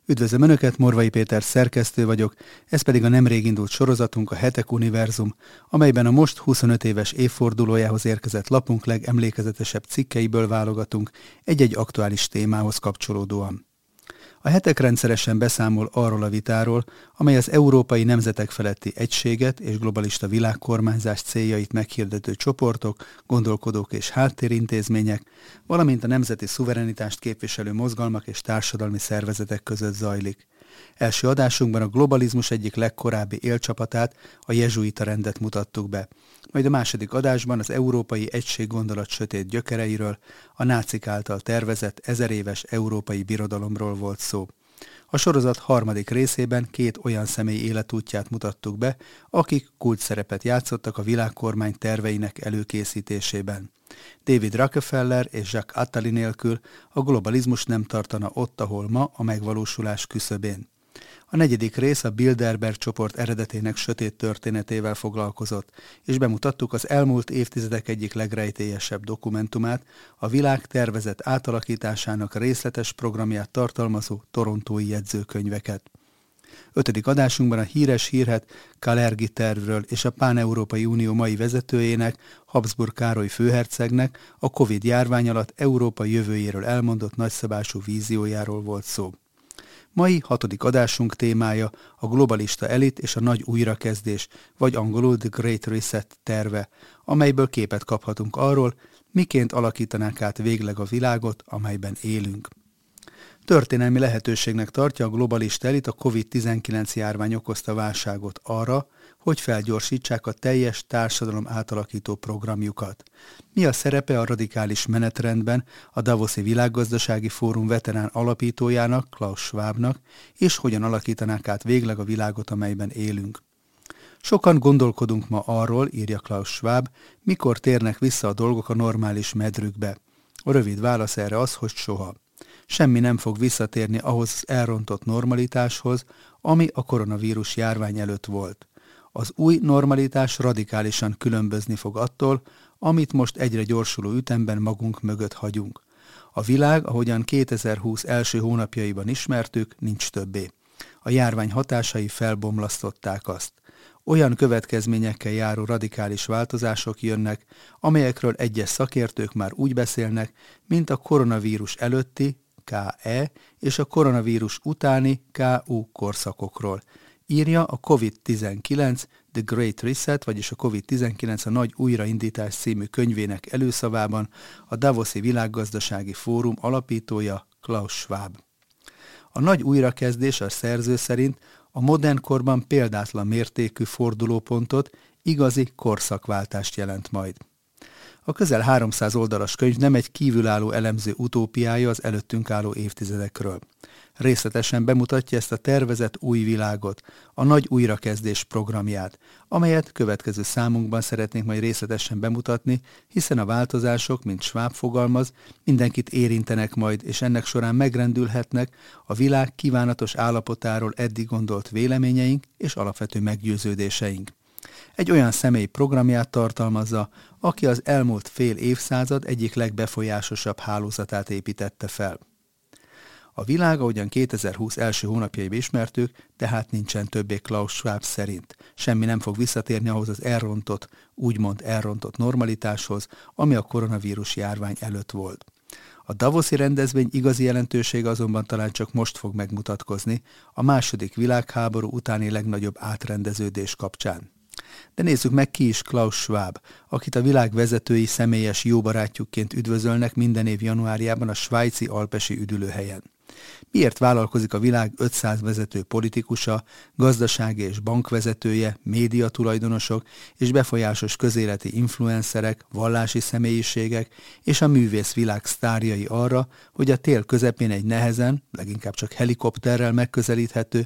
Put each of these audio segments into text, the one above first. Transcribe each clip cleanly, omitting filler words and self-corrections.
Üdvözlöm Önöket, Morvai Péter szerkesztő vagyok, ez pedig a nemrég indult sorozatunk, a Hetek Univerzum, amelyben a most 25 éves évfordulójához érkezett lapunk legemlékezetesebb cikkeiből válogatunk egy-egy aktuális témához kapcsolódóan. A Hetek rendszeresen beszámol arról a vitáról, amely az európai nemzetek feletti egységet és globalista világkormányzás céljait meghirdető csoportok, gondolkodók és háttérintézmények, valamint a nemzeti szuverenitást képviselő mozgalmak és társadalmi szervezetek között zajlik. Első adásunkban a globalizmus egyik legkorábbi élcsapatát, a jezsuita rendet mutattuk be. Majd a második adásban az európai egység gondolat sötét gyökereiről, a nácik által tervezett 1000 éves európai birodalomról volt szó. A sorozat harmadik részében két olyan személy életútját mutattuk be, akik kulcsszerepet játszottak a világkormány terveinek előkészítésében. David Rockefeller és Jacques Attali nélkül a globalizmus nem tartana ott, ahol ma, a megvalósulás küszöbén. A negyedik rész a Bilderberg csoport eredetének sötét történetével foglalkozott, és bemutattuk az elmúlt évtizedek egyik legrejtélyesebb dokumentumát, a világ tervezett átalakításának részletes programját tartalmazó torontói jegyzőkönyveket. Ötödik adásunkban a híres hírhedt Kalergi tervről és a Pán-Európai Unió mai vezetőjének, Habsburg Károly főhercegnek a Covid-járvány alatt Európa jövőjéről elmondott nagyszabású víziójáról volt szó. Mai hatodik adásunk témája a globalista elit és a nagy újrakezdés, vagy angolul The Great Reset terve, amelyből képet kaphatunk arról, miként alakítanák át végleg a világot, amelyben élünk. Történelmi lehetőségnek tartja a globalista elit a Covid-19 járvány okozta válságot arra, hogy felgyorsítsák a teljes társadalom átalakító programjukat. Mi a szerepe a radikális menetrendben a Davoszi Világgazdasági Fórum veterán alapítójának, Klaus Schwabnak, és hogyan alakítanák át végleg a világot, amelyben élünk. Sokan gondolkodunk ma arról, írja Klaus Schwab, mikor térnek vissza a dolgok a normális medrükbe. A rövid válasz erre az, hogy soha. Semmi nem fog visszatérni ahhoz az elrontott normalitáshoz, ami a koronavírus járvány előtt volt. Az új normalitás radikálisan különbözni fog attól, amit most egyre gyorsuló ütemben magunk mögött hagyunk. A világ, ahogyan 2020 első hónapjaiban ismertük, nincs többé. A járvány hatásai felbomlasztották azt. Olyan következményekkel járó radikális változások jönnek, amelyekről egyes szakértők már úgy beszélnek, mint a koronavírus előtti, KE, és a koronavírus utáni, KU korszakokról. Írja a COVID-19 The Great Reset, vagyis a COVID-19 a Nagy Újraindítás című könyvének előszavában a Davoszi Világgazdasági Fórum alapítója Klaus Schwab. A nagy újrakezdés a szerző szerint a modern korban példátlan mértékű fordulópontot, igazi korszakváltást jelent majd. A közel 300 oldalas könyv nem egy kívülálló elemző utópiája az előttünk álló évtizedekről. Részletesen bemutatja ezt a tervezett új világot, a nagy újrakezdés programját, amelyet következő számunkban szeretnénk majd részletesen bemutatni, hiszen a változások, mint Schwab fogalmaz, mindenkit érintenek majd, és ennek során megrendülhetnek a világ kívánatos állapotáról eddig gondolt véleményeink és alapvető meggyőződéseink. Egy olyan személy programját tartalmazza, aki az elmúlt fél évszázad egyik legbefolyásosabb hálózatát építette fel. A világ, ahogyan 2020 első hónapjaiban ismertük, tehát nincsen többé Klaus Schwab szerint. Semmi nem fog visszatérni ahhoz az úgymond elrontott normalitáshoz, ami a koronavírus járvány előtt volt. A Davoszi rendezvény igazi jelentősége azonban talán csak most fog megmutatkozni, a második világháború utáni legnagyobb átrendeződés kapcsán. De nézzük meg, ki is Klaus Schwab, akit a világ vezetői személyes jó barátjukként üdvözölnek minden év januárjában a svájci alpesi üdülőhelyen. Miért vállalkozik a világ 500 vezető politikusa, gazdasági és bankvezetője, médiatulajdonosok és befolyásos közéleti influencerek, vallási személyiségek és a művész világ sztárjai arra, hogy a tél közepén egy nehezen, leginkább csak helikopterrel megközelíthető,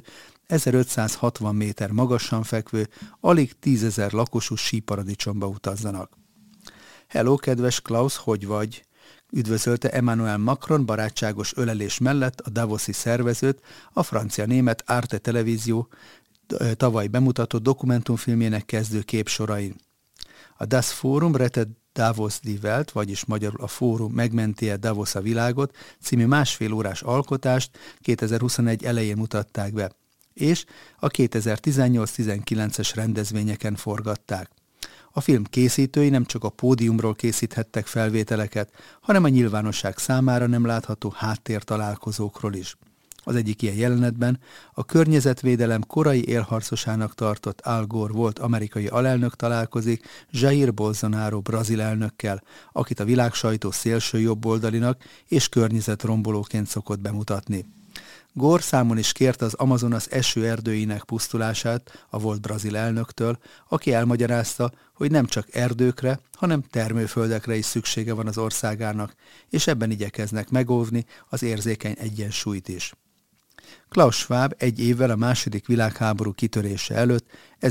1560 méter magasan fekvő, alig 10 000 lakosú síparadicsomba utazzanak. Hello, kedves Klaus, hogy vagy? Üdvözölte Emmanuel Macron barátságos ölelés mellett a davoszi szervezőt a francia-német Arte televízió tavaly bemutatott dokumentumfilmjének kezdő képsorain. A Das Forum rettet Davos die Welt, vagyis magyarul a fórum megmenti-e Davos a világot című másfél órás alkotást 2021 elején mutatták be, és a 2018-19-es rendezvényeken forgatták. A film készítői nem csak a pódiumról készíthettek felvételeket, hanem a nyilvánosság számára nem látható háttértalálkozókról is. Az egyik ilyen jelenetben a környezetvédelem korai élharcosának tartott Al Gore volt amerikai alelnök találkozik Jair Bolsonaro brazil elnökkel, akit a világsajtó szélső jobboldalinak és környezetrombolóként szokott bemutatni. Gore számon is kérte az Amazonas esőerdőinek pusztulását a volt brazil elnöktől, aki elmagyarázta, hogy nem csak erdőkre, hanem termőföldekre is szüksége van az országának, és ebben igyekeznek megóvni az érzékeny egyensúlyt is. Klaus Schwab egy évvel a II. Világháború kitörése előtt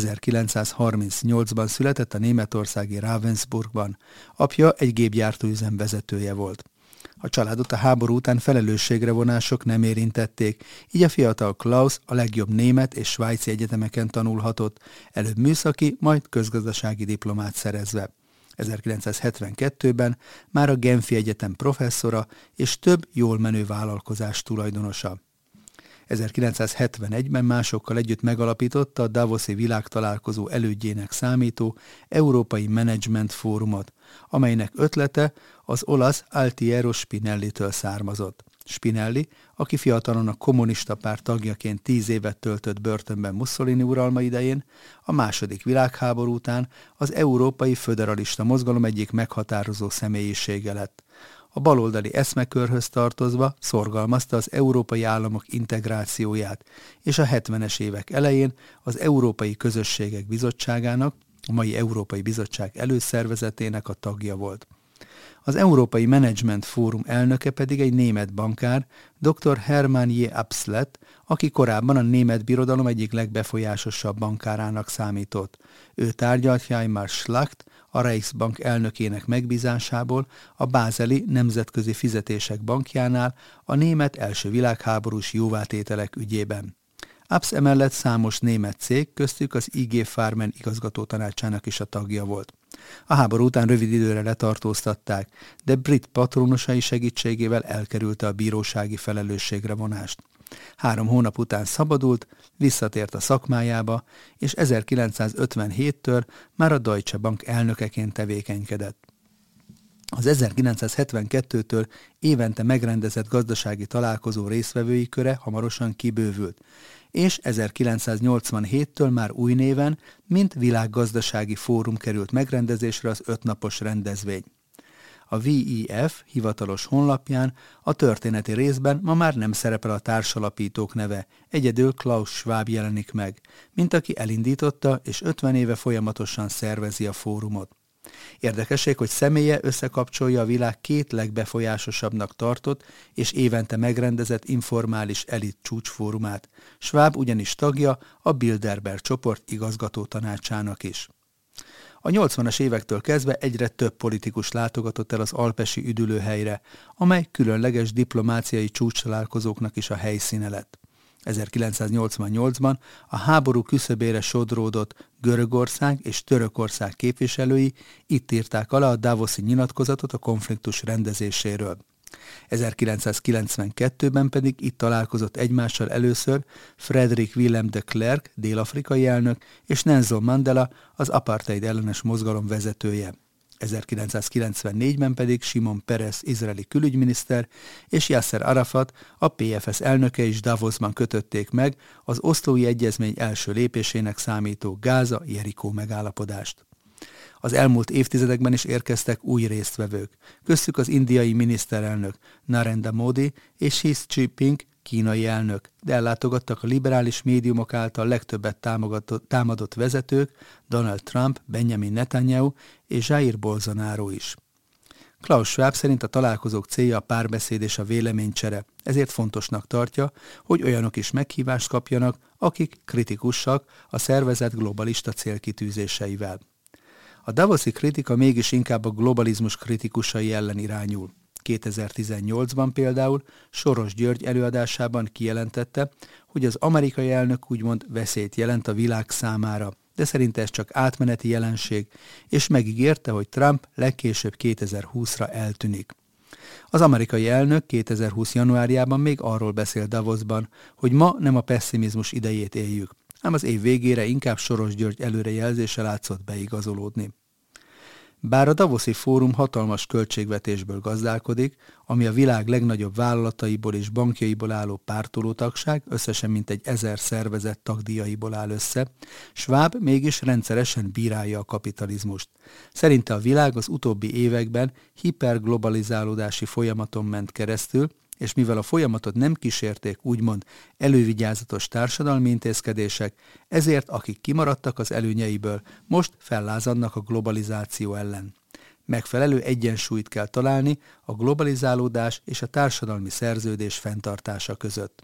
1938-ban született a németországi Ravensburgban. Apja egy gépgyártóüzem vezetője volt. A családot a háború után felelősségre vonások nem érintették, így a fiatal Klaus a legjobb német és svájci egyetemeken tanulhatott, előbb műszaki, majd közgazdasági diplomát szerezve. 1972-ben már a Genfi Egyetem professzora és több jól menő vállalkozás tulajdonosa. 1971-ben másokkal együtt megalapította a Davoszi világtalálkozó elődjének számító Európai Menedzsment Fórumot, amelynek ötlete az olasz Altiero Spinellitől származott. Spinelli, aki fiatalon a kommunista párt tagjaként 10 évet töltött börtönben Mussolini uralma idején, a II. Világháború után az európai föderalista mozgalom egyik meghatározó személyisége lett. A baloldali eszmekörhöz tartozva szorgalmazta az európai államok integrációját, és a 70-es évek elején az Európai Közösségek Bizottságának, a mai Európai Bizottság előszervezetének a tagja volt. Az Európai Menedzsment Fórum elnöke pedig egy német bankár, dr. Hermann J. Abs lett, aki korábban a német birodalom egyik legbefolyásosabb bankárának számított. Ő tárgyalt Hjalmar Schacht, a Reichsbank elnökének megbízásából a bázeli nemzetközi fizetések bankjánál a német első világháborús jóvátételek ügyében. Abs emellett számos német cég, köztük az IG Farben igazgatótanácsának is a tagja volt. A háború után rövid időre letartóztatták, de brit patronusai segítségével elkerülte a bírósági felelősségre vonást. 3 hónap után szabadult, visszatért a szakmájába, és 1957-től már a Deutsche Bank elnökeként tevékenykedett. Az 1972-től évente megrendezett gazdasági találkozó résztvevői köre hamarosan kibővült, és 1987-től már új néven, mint Világgazdasági Fórum került megrendezésre az 5 napos rendezvény. A VEF hivatalos honlapján a történeti részben ma már nem szerepel a társalapítók neve, egyedül Klaus Schwab jelenik meg, mint aki elindította és 50 éve folyamatosan szervezi a fórumot. Érdekesség, hogy személye összekapcsolja a világ 2 legbefolyásosabbnak tartott és évente megrendezett informális elit csúcsfórumát. Schwab ugyanis tagja a Bilderberg csoport igazgatótanácsának is. A 80-as évektől kezdve egyre több politikus látogatott el az alpesi üdülőhelyre, amely különleges diplomáciai csúcstalálkozóknak is a helyszíne lett. 1988-ban a háború küszöbére sodródott Görögország és Törökország képviselői itt írták alá a davoszi nyilatkozatot a konfliktus rendezéséről. 1992-ben pedig itt találkozott egymással először Frederick Willem de Klerk, dél-afrikai elnök, és Nelson Mandela, az apartheid ellenes mozgalom vezetője. 1994-ben pedig Shimon Peres, izraeli külügyminiszter, és Yasser Arafat, a PFS elnöke is Davosban kötötték meg az Oszlói Egyezmény első lépésének számító Gáza-Jerikó megállapodást. Az elmúlt évtizedekben is érkeztek új résztvevők, köztük az indiai miniszterelnök Narendra Modi és Xi Jinping kínai elnök, de ellátogattak a liberális médiumok által legtöbbet támadott vezetők, Donald Trump, Benjamin Netanyahu és Jair Bolsonaro is. Klaus Schwab szerint a találkozók célja a párbeszéd és a véleménycsere, ezért fontosnak tartja, hogy olyanok is meghívást kapjanak, akik kritikusak a szervezet globalista célkitűzéseivel. A davoszi kritika mégis inkább a globalizmus kritikusai ellen irányul. 2018-ban például Soros György előadásában kijelentette, hogy az amerikai elnök úgymond veszélyt jelent a világ számára, de szerinte ez csak átmeneti jelenség, és megígérte, hogy Trump legkésőbb 2020-ra eltűnik. Az amerikai elnök 2020. januárjában még arról beszélt Davosban, hogy ma nem a pesszimizmus idejét éljük, ám az év végére inkább Soros György előrejelzése látszott beigazolódni. Bár a Davoszi Fórum hatalmas költségvetésből gazdálkodik, ami a világ legnagyobb vállalataiból és bankjaiból álló pártolótagság, összesen mintegy 1000 szervezet tagdíjaiból áll össze, Schwab mégis rendszeresen bírálja a kapitalizmust. Szerinte a világ az utóbbi években hiperglobalizálódási folyamaton ment keresztül, és mivel a folyamatot nem kísérték úgymond elővigyázatos társadalmi intézkedések, ezért akik kimaradtak az előnyeiből, most fellázadnak a globalizáció ellen. Megfelelő egyensúlyt kell találni a globalizálódás és a társadalmi szerződés fenntartása között.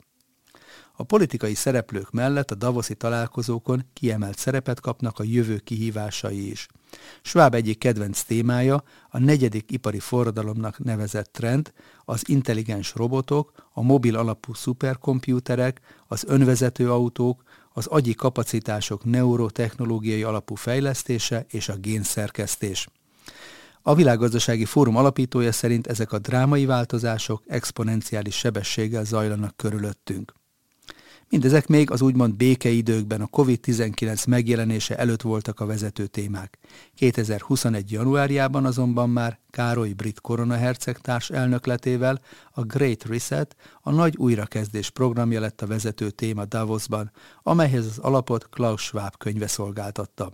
A politikai szereplők mellett a davoszi találkozókon kiemelt szerepet kapnak a jövő kihívásai is. Schwab egyik kedvenc témája a 4. ipari forradalomnak nevezett trend, az intelligens robotok, a mobil alapú szuperkomputerek, az önvezető autók, az agyi kapacitások neurotechnológiai alapú fejlesztése és a génszerkesztés. A Világgazdasági Fórum alapítója szerint ezek a drámai változások exponenciális sebességgel zajlanak körülöttünk. Mindezek még az úgymond békeidőkben a COVID-19 megjelenése előtt voltak a vezető témák. 2021. januárjában azonban már Károly brit koronaherceg társ elnökletével a Great Reset, a nagy újrakezdés programja lett a vezető téma Davosban, amelyhez az alapot Klaus Schwab könyve szolgáltatta.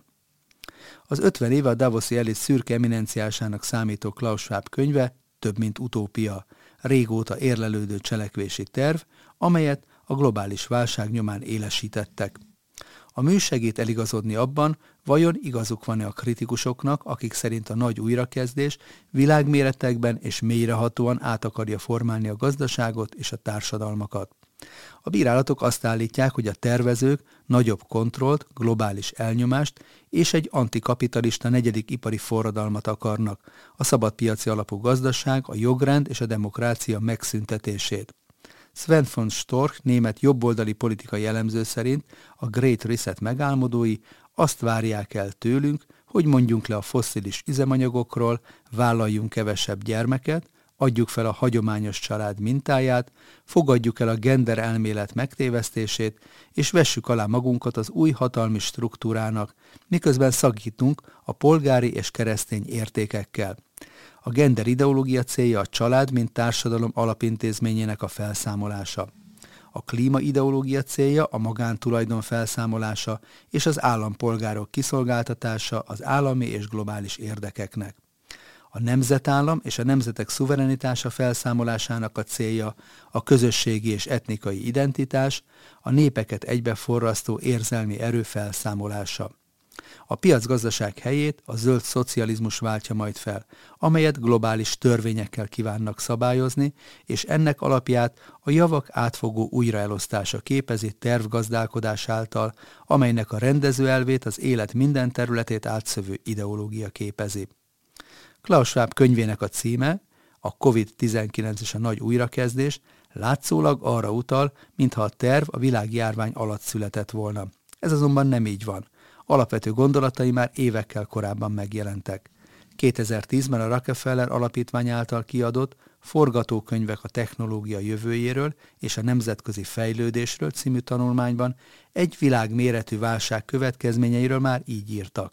Az 50 éve a davoszi elit szürke eminenciásának számító Klaus Schwab könyve több mint utópia, régóta érlelődő cselekvési terv, amelyet a globális válság nyomán élesítettek. A mű segít eligazodni abban, vajon igazuk van-e a kritikusoknak, akik szerint a nagy újrakezdés világméretekben és mélyrehatóan át akarja formálni a gazdaságot és a társadalmakat. A bírálatok azt állítják, hogy a tervezők nagyobb kontrollt, globális elnyomást és egy antikapitalista 4. ipari forradalmat akarnak, a szabadpiaci alapú gazdaság, a jogrend és a demokrácia megszüntetését. Sven von Storch, német jobboldali politikai elemző szerint a Great Reset megálmodói azt várják el tőlünk, hogy mondjunk le a fosszilis üzemanyagokról, vállaljunk kevesebb gyermeket, adjuk fel a hagyományos család mintáját, fogadjuk el a gender elmélet megtévesztését, és vessük alá magunkat az új hatalmi struktúrának, miközben szakítunk a polgári és keresztény értékekkel. A gender ideológia célja a család, mint társadalom alapintézményének a felszámolása. A klímaideológia célja a magántulajdon felszámolása és az állampolgárok kiszolgáltatása az állami és globális érdekeknek. A nemzetállam és a nemzetek szuverenitása felszámolásának a célja a közösségi és etnikai identitás, a népeket egybeforrasztó érzelmi erő felszámolása. A piacgazdaság helyét a zöld szocializmus váltja majd fel, amelyet globális törvényekkel kívánnak szabályozni, és ennek alapját a javak átfogó újraelosztása képezi tervgazdálkodás által, amelynek a rendező elvét az élet minden területét átszövő ideológia képezi. Klaus Schwab könyvének a címe, a COVID-19 és a nagy újrakezdés, látszólag arra utal, mintha a terv a világjárvány alatt született volna. Ez azonban nem így van. Alapvető gondolatai már évekkel korábban megjelentek. 2010-ben a Rockefeller Alapítvány által kiadott Forgatókönyvek a technológia jövőjéről és a nemzetközi fejlődésről című tanulmányban egy világméretű válság következményeiről már így írtak.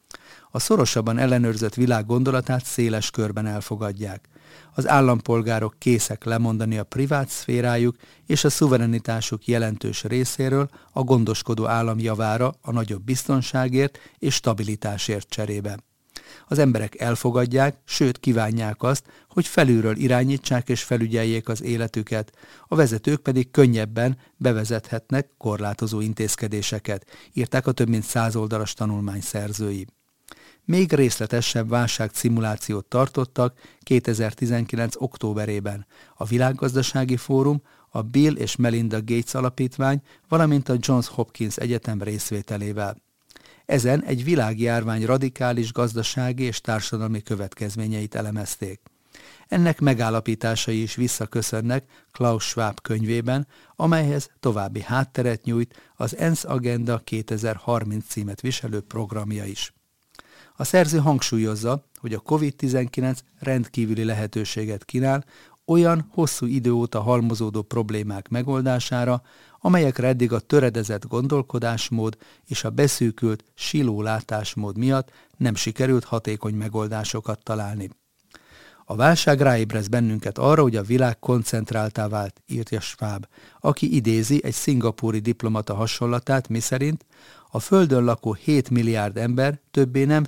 A szorosabban ellenőrzött világ gondolatát széles körben elfogadják. Az állampolgárok készek lemondani a privát szférájuk és a szuverenitásuk jelentős részéről a gondoskodó állam javára a nagyobb biztonságért és stabilitásért cserébe. Az emberek elfogadják, sőt kívánják azt, hogy felülről irányítsák és felügyeljék az életüket, a vezetők pedig könnyebben bevezethetnek korlátozó intézkedéseket, írták a több mint 100 oldalas tanulmány szerzői. Még részletesebb válságszimulációt tartottak 2019. októberében a Világgazdasági Fórum, a Bill és Melinda Gates Alapítvány, valamint a Johns Hopkins Egyetem részvételével. Ezen egy világjárvány radikális gazdasági és társadalmi következményeit elemezték. Ennek megállapításai is visszaköszönnek Klaus Schwab könyvében, amelyhez további hátteret nyújt az ENSZ Agenda 2030 címet viselő programja is. A szerző hangsúlyozza, hogy a COVID-19 rendkívüli lehetőséget kínál olyan hosszú idő óta halmozódó problémák megoldására, amelyekre eddig a töredezett gondolkodásmód és a beszűkült, siló látásmód miatt nem sikerült hatékony megoldásokat találni. A válság ráébreszt bennünket arra, hogy a világ koncentráltá vált, írja Schwab, aki idézi egy szingapúri diplomata hasonlatát, miszerint a Földön lakó 7 milliárd ember többé nem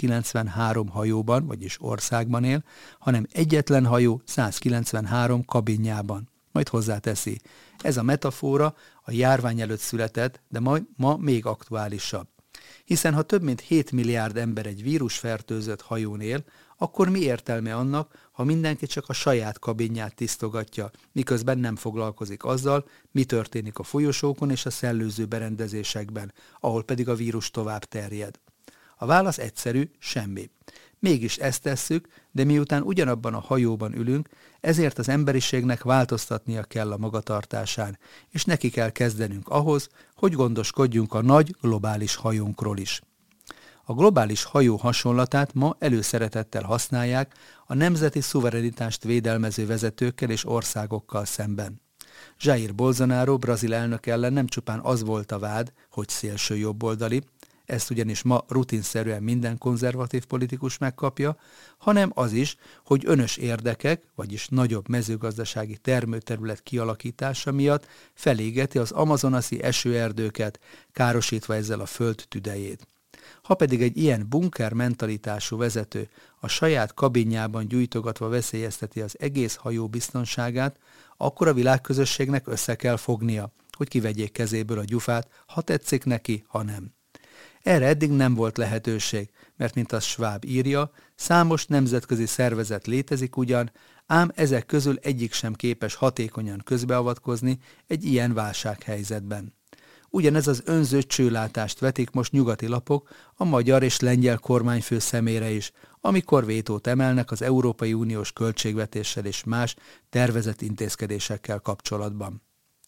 193 hajóban, vagyis országban él, hanem egyetlen hajó 193 kabinjában. Majd hozzáteszi, ez a metafora a járvány előtt született, de ma még aktuálisabb. Hiszen ha több mint 7 milliárd ember egy vírusfertőzött hajón él, akkor mi értelme annak, ha mindenki csak a saját kabinját tisztogatja, miközben nem foglalkozik azzal, mi történik a folyosókon és a szellőző berendezésekben, ahol pedig a vírus tovább terjed. A válasz egyszerű, semmi. Mégis ezt tesszük, de miután ugyanabban a hajóban ülünk, ezért az emberiségnek változtatnia kell a magatartásán, és neki kell kezdenünk ahhoz, hogy gondoskodjunk a nagy globális hajónkról is. A globális hajó hasonlatát ma előszeretettel használják a nemzeti szuverenitást védelmező vezetőkkel és országokkal szemben. Jair Bolsonaro brazil elnök ellen nem csupán az volt a vád, hogy szélső jobboldali, ezt ugyanis ma rutinszerűen minden konzervatív politikus megkapja, hanem az is, hogy önös érdekek, vagyis nagyobb mezőgazdasági termőterület kialakítása miatt felégeti az amazonasi esőerdőket, károsítva ezzel a föld tüdejét. Ha pedig egy ilyen bunker mentalitású vezető a saját kabinjában gyújtogatva veszélyezteti az egész hajó biztonságát, akkor a világközösségnek össze kell fognia, hogy kivegyék kezéből a gyufát, ha tetszik neki, ha nem. Erre eddig nem volt lehetőség, mert mint az Schwab írja, számos nemzetközi szervezet létezik ugyan, ám ezek közül egyik sem képes hatékonyan közbeavatkozni egy ilyen válsághelyzetben. Ugyanez az önző csőlátást vetik most nyugati lapok a magyar és lengyel kormányfő szemére is, amikor vétót emelnek az Európai Uniós költségvetéssel és más tervezett intézkedésekkel kapcsolatban.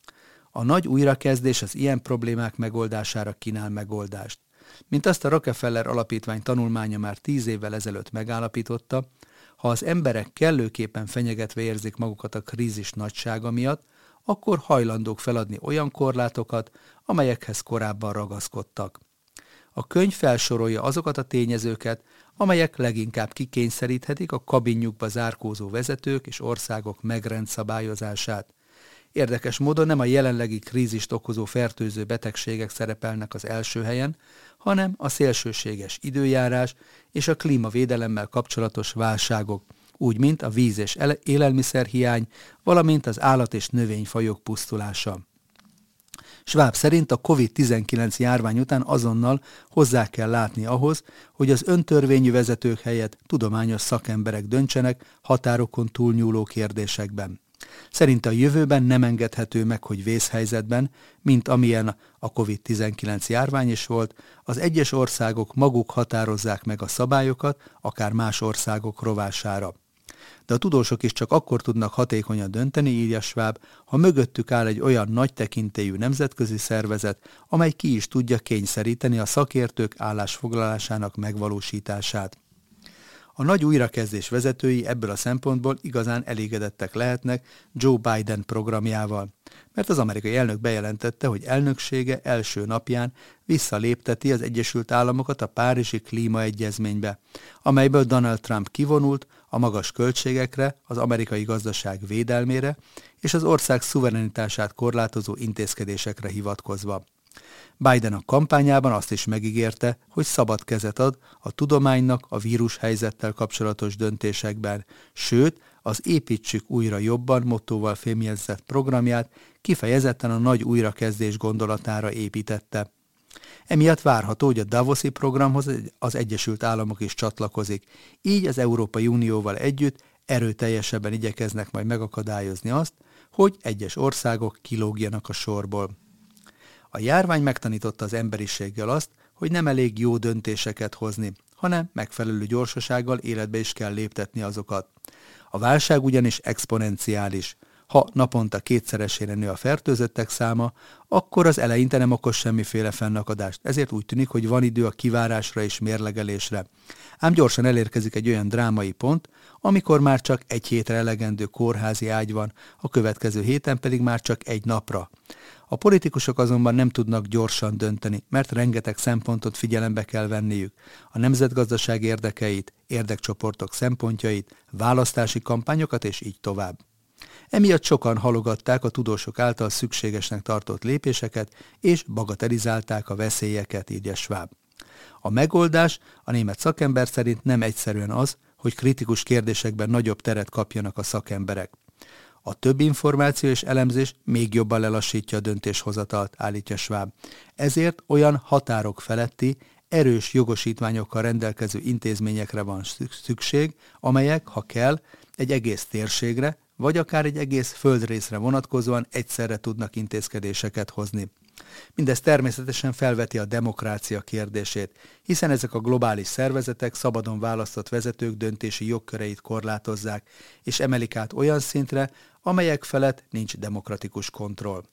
A nagy újrakezdés az ilyen problémák megoldására kínál megoldást. Mint azt a Rockefeller Alapítvány tanulmánya már 10 évvel ezelőtt megállapította, ha az emberek kellőképpen fenyegetve érzik magukat a krízis nagysága miatt, akkor hajlandók feladni olyan korlátokat, amelyekhez korábban ragaszkodtak. A könyv felsorolja azokat a tényezőket, amelyek leginkább kikényszeríthetik a kabinjukba zárkózó vezetők és országok megrendszabályozását. Érdekes módon nem a jelenlegi krízist okozó fertőző betegségek szerepelnek az első helyen, hanem a szélsőséges időjárás és a klímavédelemmel kapcsolatos válságok, úgy mint a víz- és élelmiszerhiány, valamint az állat- és növényfajok pusztulása. Schwab szerint a COVID-19 járvány után azonnal hozzá kell látni ahhoz, hogy az öntörvényű vezetők helyett tudományos szakemberek döntsenek határokon túlnyúló kérdésekben. Szerinte a jövőben nem engedhető meg, hogy vészhelyzetben, mint amilyen a COVID-19 járvány is volt, az egyes országok maguk határozzák meg a szabályokat, akár más országok rovására. De a tudósok is csak akkor tudnak hatékonyan dönteni, írja Schwab, ha mögöttük áll egy olyan nagy tekintélyű nemzetközi szervezet, amely ki is tudja kényszeríteni a szakértők állásfoglalásának megvalósítását. A nagy újrakezdés vezetői ebből a szempontból igazán elégedettek lehetnek Joe Biden programjával, mert az amerikai elnök bejelentette, hogy elnöksége első napján visszalépteti az Egyesült Államokat a Párizsi Klímaegyezménybe, amelyből Donald Trump kivonult a magas költségekre, az amerikai gazdaság védelmére és az ország szuverenitását korlátozó intézkedésekre hivatkozva. Biden a kampányában azt is megígérte, hogy szabad kezet ad a tudománynak a vírushelyzettel kapcsolatos döntésekben, sőt, az Építsük újra jobban mottóval fémjegyzett programját kifejezetten a nagy újrakezdés gondolatára építette. Emiatt várható, hogy a Davoszi programhoz az Egyesült Államok is csatlakozik, így az Európai Unióval együtt erőteljesebben igyekeznek majd megakadályozni azt, hogy egyes országok kilógjanak a sorból. A járvány megtanította az emberiséggel azt, hogy nem elég jó döntéseket hozni, hanem megfelelő gyorsasággal életbe is kell léptetni azokat. A válság ugyanis exponenciális. Ha naponta kétszeresére nő a fertőzöttek száma, akkor az eleinte nem okoz semmiféle fennakadást, ezért úgy tűnik, hogy van idő a kivárásra és mérlegelésre. Ám gyorsan elérkezik egy olyan drámai pont, amikor már csak egy hétre elegendő kórházi ágy van, a következő héten pedig már csak egy napra. A politikusok azonban nem tudnak gyorsan dönteni, mert rengeteg szempontot figyelembe kell venniük. A nemzetgazdaság érdekeit, érdekcsoportok szempontjait, választási kampányokat és így tovább. Emiatt sokan halogatták a tudósok által szükségesnek tartott lépéseket, és bagatelizálták a veszélyeket, írja Schwab. A megoldás a német szakember szerint nem egyszerűen az, hogy kritikus kérdésekben nagyobb teret kapjanak a szakemberek. A több információ és elemzés még jobban lelassítja a döntéshozatalt, állítja Schwab. Ezért olyan határok feletti, erős jogosítványokkal rendelkező intézményekre van szükség, amelyek, ha kell, egy egész térségre, vagy akár egy egész földrészre vonatkozóan egyszerre tudnak intézkedéseket hozni. Mindez természetesen felveti a demokrácia kérdését, hiszen ezek a globális szervezetek szabadon választott vezetők döntési jogköreit korlátozzák, és emelik át olyan szintre, amelyek felett nincs demokratikus kontroll.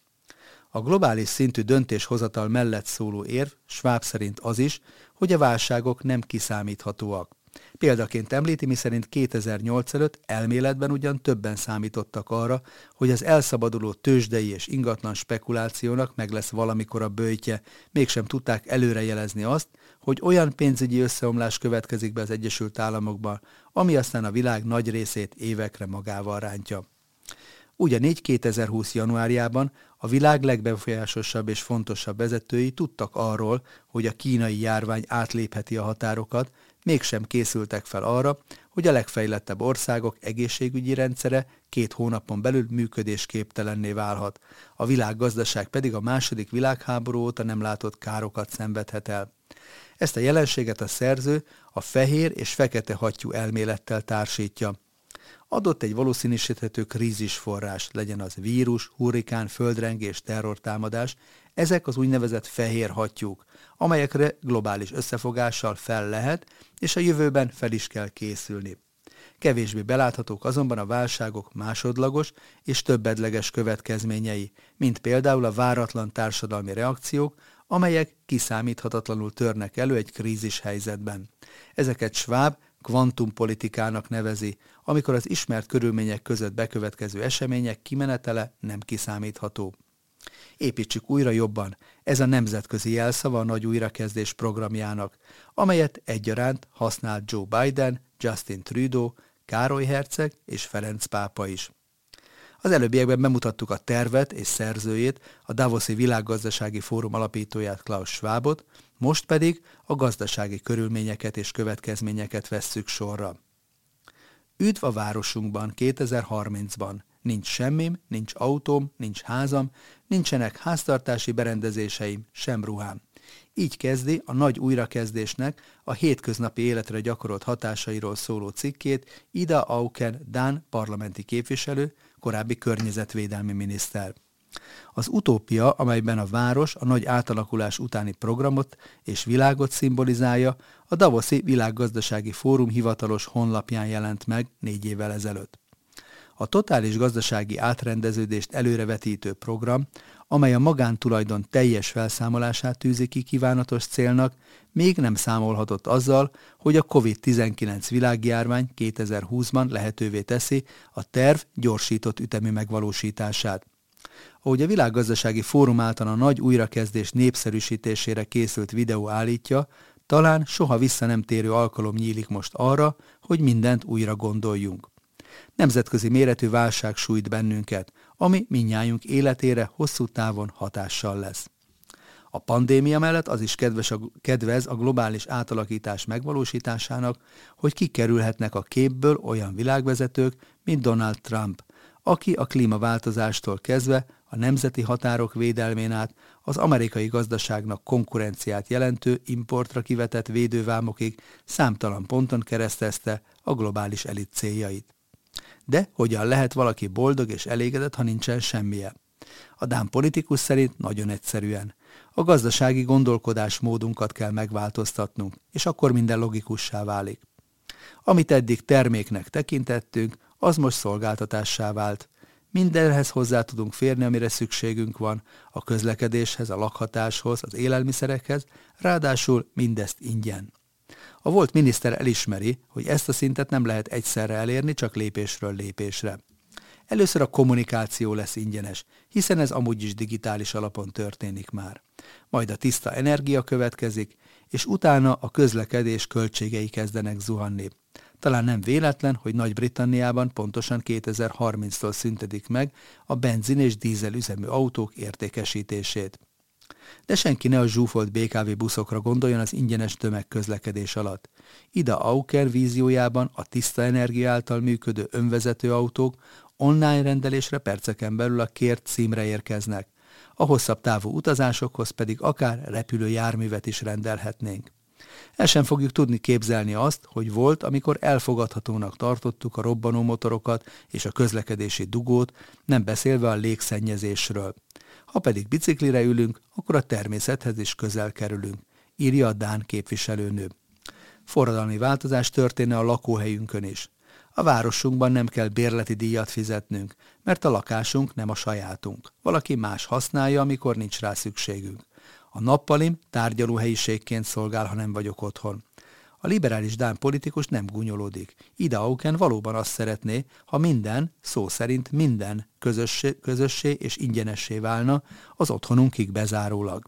A globális szintű döntéshozatal mellett szóló érv Schwab szerint az is, hogy a válságok nem kiszámíthatóak. Példaként említi, miszerint 2008 előtt elméletben ugyan többen számítottak arra, hogy az elszabaduló tőzsdei és ingatlan spekulációnak meg lesz valamikor a böjtje, mégsem tudták előrejelezni azt, hogy olyan pénzügyi összeomlás következik be az Egyesült Államokban, ami aztán a világ nagy részét évekre magával rántja. Ugyanígy 2020. januárjában a világ legbefolyásosabb és fontosabb vezetői tudtak arról, hogy a kínai járvány átlépheti a határokat, mégsem készültek fel arra, hogy a legfejlettebb országok egészségügyi rendszere 2 hónapon belül működésképtelenné válhat, a világgazdaság pedig a II. Világháború óta nem látott károkat szenvedhet el. Ezt a jelenséget a szerző a fehér és fekete hattyú elmélettel társítja. Adott egy valószínűsíthető krízisforrás, legyen az vírus, hurrikán, földrengés, terrortámadás, ezek az úgynevezett fehér hattyúk, amelyekre globális összefogással fel lehet, és a jövőben fel is kell készülni. Kevésbé beláthatók azonban a válságok másodlagos és többedleges következményei, mint például a váratlan társadalmi reakciók, amelyek kiszámíthatatlanul törnek elő egy krízis helyzetben. Ezeket Schwab kvantumpolitikának nevezi, amikor az ismert körülmények között bekövetkező események kimenetele nem kiszámítható. Építsük újra jobban, ez a nemzetközi jelszava a nagy újrakezdés programjának, amelyet egyaránt használ Joe Biden, Justin Trudeau, Károly herceg és Ferenc pápa is. Az előbbiekben bemutattuk a tervet és szerzőjét, a Davoszi Világgazdasági Fórum alapítóját, Klaus Schwabot, most pedig a gazdasági körülményeket és következményeket vesszük sorra. Üdv a városunkban 2030-ban! Nincs semmim, nincs autóm, nincs házam, nincsenek háztartási berendezéseim, sem ruhám. Így kezdi a nagy újrakezdésnek a hétköznapi életre gyakorolt hatásairól szóló cikkét Ida Auken dán parlamenti képviselő, korábbi környezetvédelmi miniszter. Az utópia, amelyben a város a nagy átalakulás utáni programot és világot szimbolizálja, a Davoszi Világgazdasági Fórum hivatalos honlapján jelent meg 4 évvel ezelőtt. A totális gazdasági átrendeződést előrevetítő program, amely a magántulajdon teljes felszámolását tűzi ki kívánatos célnak, még nem számolhatott azzal, hogy a COVID-19 világjárvány 2020-ban lehetővé teszi a terv gyorsított ütemű megvalósítását. Ahogy a Világgazdasági Fórum által a nagy újrakezdés népszerűsítésére készült videó állítja, talán soha vissza nem térő alkalom nyílik most arra, hogy mindent újra gondoljunk. Nemzetközi méretű válság sújt bennünket, ami mindnyájunk életére hosszú távon hatással lesz. A pandémia mellett az is kedvez a globális átalakítás megvalósításának, hogy kikerülhetnek a képből olyan világvezetők, mint Donald Trump, aki a klímaváltozástól kezdve a nemzeti határok védelmén át az amerikai gazdaságnak konkurenciát jelentő importra kivetett védővámokig számtalan ponton keresztezte a globális elit céljait. De hogyan lehet valaki boldog és elégedett, ha nincsen semmije? A dán politikus szerint nagyon egyszerűen. A gazdasági gondolkodásmódunkat kell megváltoztatnunk, és akkor minden logikussá válik. Amit eddig terméknek tekintettünk, az most szolgáltatássá vált. Mindenhez hozzá tudunk férni, amire szükségünk van, a közlekedéshez, a lakhatáshoz, az élelmiszerekhez, ráadásul mindezt ingyen. A volt miniszter elismeri, hogy ezt a szintet nem lehet egyszerre elérni, csak lépésről lépésre. Először a kommunikáció lesz ingyenes, hiszen ez amúgy is digitális alapon történik már. Majd a tiszta energia következik, és utána a közlekedés költségei kezdenek zuhanni. Talán nem véletlen, hogy Nagy-Britanniában pontosan 2030-tól szüntetik meg a benzin és dízel üzemű autók értékesítését. De senki ne a zsúfolt BKV buszokra gondoljon az ingyenes tömegközlekedés alatt. Ida Auken víziójában a tiszta energia által működő önvezető autók online rendelésre perceken belül a kért címre érkeznek. A hosszabb távú utazásokhoz pedig akár repülőjárművet is rendelhetnénk. El sem fogjuk tudni képzelni azt, hogy volt, amikor elfogadhatónak tartottuk a robbanó motorokat és a közlekedési dugót, nem beszélve a légszennyezésről. Ha pedig biciklire ülünk, akkor a természethez is közel kerülünk, írja a dán képviselőnő. Forradalmi változás történne a lakóhelyünkön is. A városunkban nem kell bérleti díjat fizetnünk, mert a lakásunk nem a sajátunk. Valaki más használja, amikor nincs rá szükségünk. A nappalim tárgyalóhelyiségként szolgál, ha nem vagyok otthon. A liberális dán politikus nem gúnyolódik. Ida Auken valóban azt szeretné, ha minden, szó szerint minden közössé és ingyenessé válna, az otthonunkig bezárólag.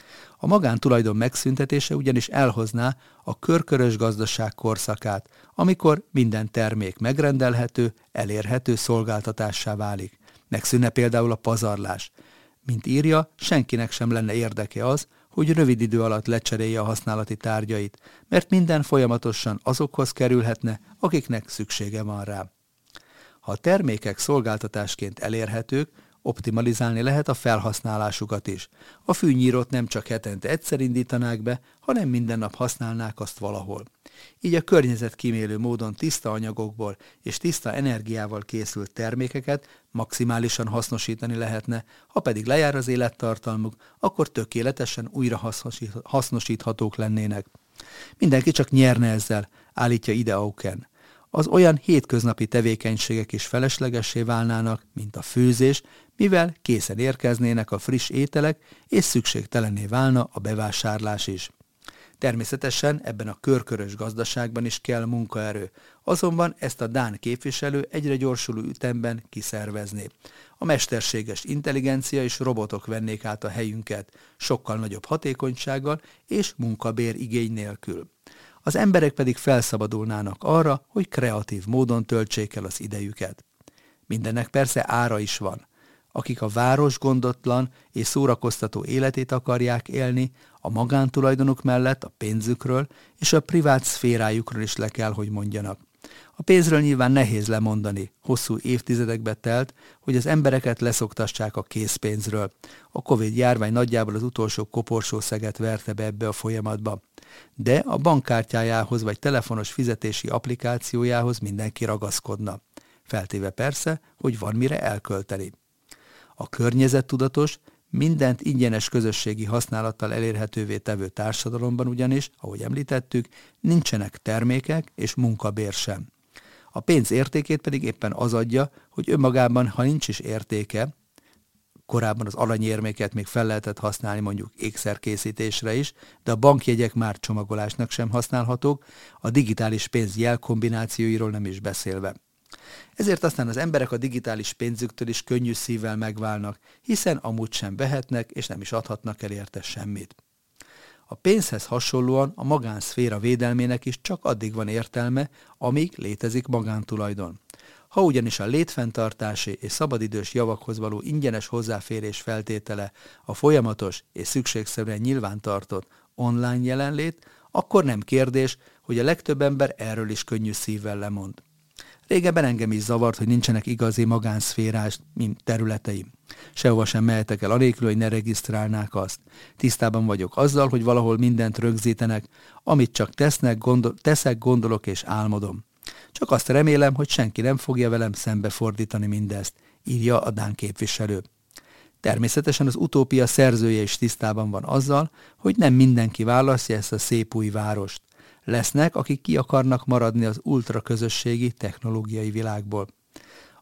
A magántulajdon megszüntetése ugyanis elhozná a körkörös gazdaság korszakát, amikor minden termék megrendelhető, elérhető szolgáltatássá válik. Megszűnne például a pazarlás. Mint írja, senkinek sem lenne érdeke az, hogy rövid idő alatt lecserélje a használati tárgyait, mert minden folyamatosan azokhoz kerülhetne, akiknek szüksége van rá. Ha a termékek szolgáltatásként elérhetők, optimalizálni lehet a felhasználásukat is. A fűnyírót nem csak hetente egyszer indítanák be, hanem minden nap használnák azt valahol. Így a környezetkímélő módon tiszta anyagokból és tiszta energiával készült termékeket maximálisan hasznosítani lehetne, ha pedig lejár az élettartalmuk, akkor tökéletesen újra hasznosíthatók lennének. Mindenki csak nyerne ezzel, állítja Ida Auken. Az olyan hétköznapi tevékenységek is feleslegessé válnának, mint a főzés, mivel készen érkeznének a friss ételek, és szükségtelenné válna a bevásárlás is. Természetesen ebben a körkörös gazdaságban is kell munkaerő, azonban ezt a dán képviselő egyre gyorsuló ütemben kiszervezné. A mesterséges intelligencia és robotok vennék át a helyünket, sokkal nagyobb hatékonysággal és munkabér igény nélkül. Az emberek pedig felszabadulnának arra, hogy kreatív módon töltsék el az idejüket. Mindennek persze ára is van. Akik a város gondotlan és szórakoztató életét akarják élni, a magántulajdonuk mellett a pénzükről és a privát szférájukról is le kell, hogy mondjanak. A pénzről nyilván nehéz lemondani, hosszú évtizedekbe telt, hogy az embereket leszoktassák a készpénzről. A Covid-járvány nagyjából az utolsó koporsószeget verte be ebbe a folyamatba. De a bankkártyájához vagy telefonos fizetési applikációjához mindenki ragaszkodna. Feltéve persze, hogy van mire elkölteni. A környezettudatos, mindent ingyenes közösségi használattal elérhetővé tevő társadalomban ugyanis, ahogy említettük, nincsenek termékek és munkabér sem. A pénz értékét pedig éppen az adja, hogy önmagában, ha nincs is értéke, korábban az aranyérméket még fel lehetett használni mondjuk ékszerkészítésre is, de a bankjegyek már csomagolásnak sem használhatók, a digitális pénz jelkombinációiról nem is beszélve. Ezért aztán az emberek a digitális pénzüktől is könnyű szívvel megválnak, hiszen amúgy sem vehetnek és nem is adhatnak el érte semmit. A pénzhez hasonlóan a magánszféra védelmének is csak addig van értelme, amíg létezik magántulajdon. Ha ugyanis a létfenntartási és szabadidős javakhoz való ingyenes hozzáférés feltétele a folyamatos és szükségszerűen nyilvántartott online jelenlét, akkor nem kérdés, hogy a legtöbb ember erről is könnyű szívvel lemond. Régebben engem is zavart, hogy nincsenek igazi magánszférás területeim. Sehova sem mehetek el anélkül, hogy ne regisztrálnák azt. Tisztában vagyok azzal, hogy valahol mindent rögzítenek, amit csak teszek, gondolok és álmodom. Csak azt remélem, hogy senki nem fogja velem szembefordítani mindezt, írja a dán képviselő. Természetesen az utópia szerzője is tisztában van azzal, hogy nem mindenki választja ezt a szép új várost. Lesznek, akik ki akarnak maradni az ultraközösségi technológiai világból.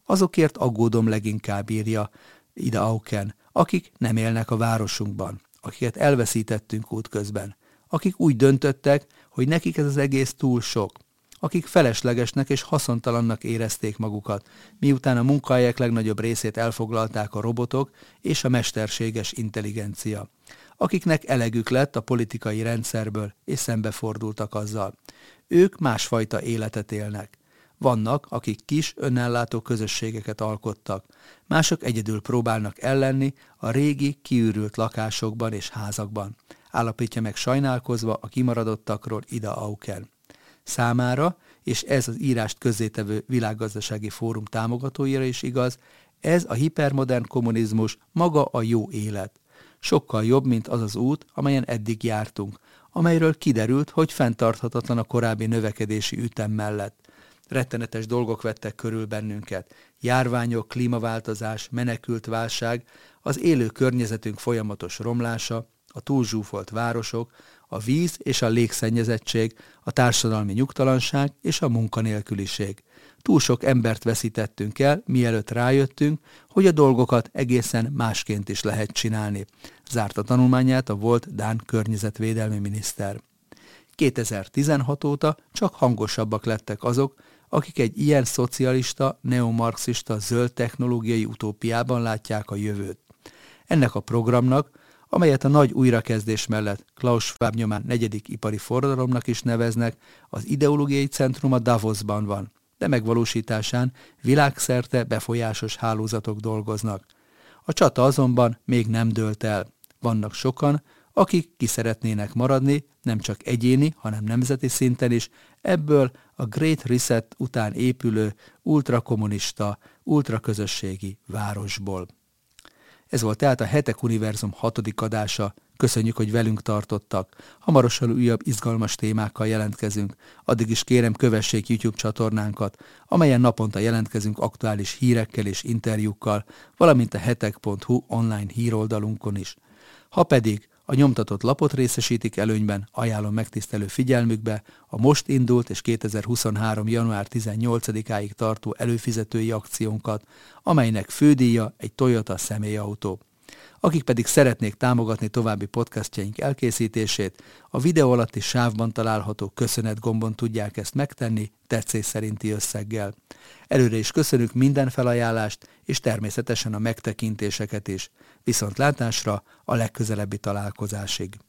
Azokért aggódom leginkább, írja Ida Auken, akik nem élnek a városunkban, akiket elveszítettünk útközben, akik úgy döntöttek, hogy nekik ez az egész túl sok, akik feleslegesnek és haszontalannak érezték magukat, miután a munkahelyek legnagyobb részét elfoglalták a robotok és a mesterséges intelligencia, akiknek elegük lett a politikai rendszerből és szembefordultak azzal. Ők másfajta életet élnek. Vannak, akik kis, önellátó közösségeket alkottak, mások egyedül próbálnak ellenni a régi, kiürült lakásokban és házakban, állapítja meg sajnálkozva a kimaradottakról Ida Auken. Számára, és ez az írást közzétevő világgazdasági fórum támogatóira is igaz, ez a hipermodern kommunizmus maga a jó élet. Sokkal jobb, mint az az út, amelyen eddig jártunk, amelyről kiderült, hogy fenntarthatatlan a korábbi növekedési ütem mellett. Rettenetes dolgok vettek körül bennünket. Járványok, klímaváltozás, menekült válság, az élő környezetünk folyamatos romlása, a túlzsúfolt városok, a víz és a légszennyezettség, a társadalmi nyugtalanság és a munkanélküliség. Túl sok embert veszítettünk el, mielőtt rájöttünk, hogy a dolgokat egészen másként is lehet csinálni. Zárta tanulmányát a volt dán környezetvédelmi miniszter. 2016 óta csak hangosabbak lettek azok, akik egy ilyen szocialista, neomarxista, zöld technológiai utópiában látják a jövőt. Ennek a programnak, amelyet a nagy újrakezdés mellett Klaus Schwab nyomán 4. ipari forradalomnak is neveznek, az ideológiai centruma Davosban van, de megvalósításán világszerte befolyásos hálózatok dolgoznak. A csata azonban még nem dőlt el. Vannak sokan, akik ki szeretnének maradni, nem csak egyéni, hanem nemzeti szinten is, ebből a Great Reset után épülő ultrakommunista, ultraközösségi városból. Ez volt tehát a Hetek Univerzum 6. adása. Köszönjük, hogy velünk tartottak. Hamarosan újabb izgalmas témákkal jelentkezünk. Addig is kérem, kövessék YouTube csatornánkat, amelyen naponta jelentkezünk aktuális hírekkel és interjúkkal, valamint a hetek.hu online híroldalunkon is. Ha pedig a nyomtatott lapot részesítik előnyben, ajánlom megtisztelő figyelmükbe a most indult és 2023. január 18-áig tartó előfizetői akciónkat, amelynek fődíja egy Toyota személyautó. Akik pedig szeretnék támogatni további podcastjaink elkészítését, a videó alatti sávban található köszönet gombon tudják ezt megtenni tetszés szerinti összeggel. Előre is köszönjük minden felajánlást, és természetesen a megtekintéseket is. Viszontlátásra a legközelebbi találkozásig.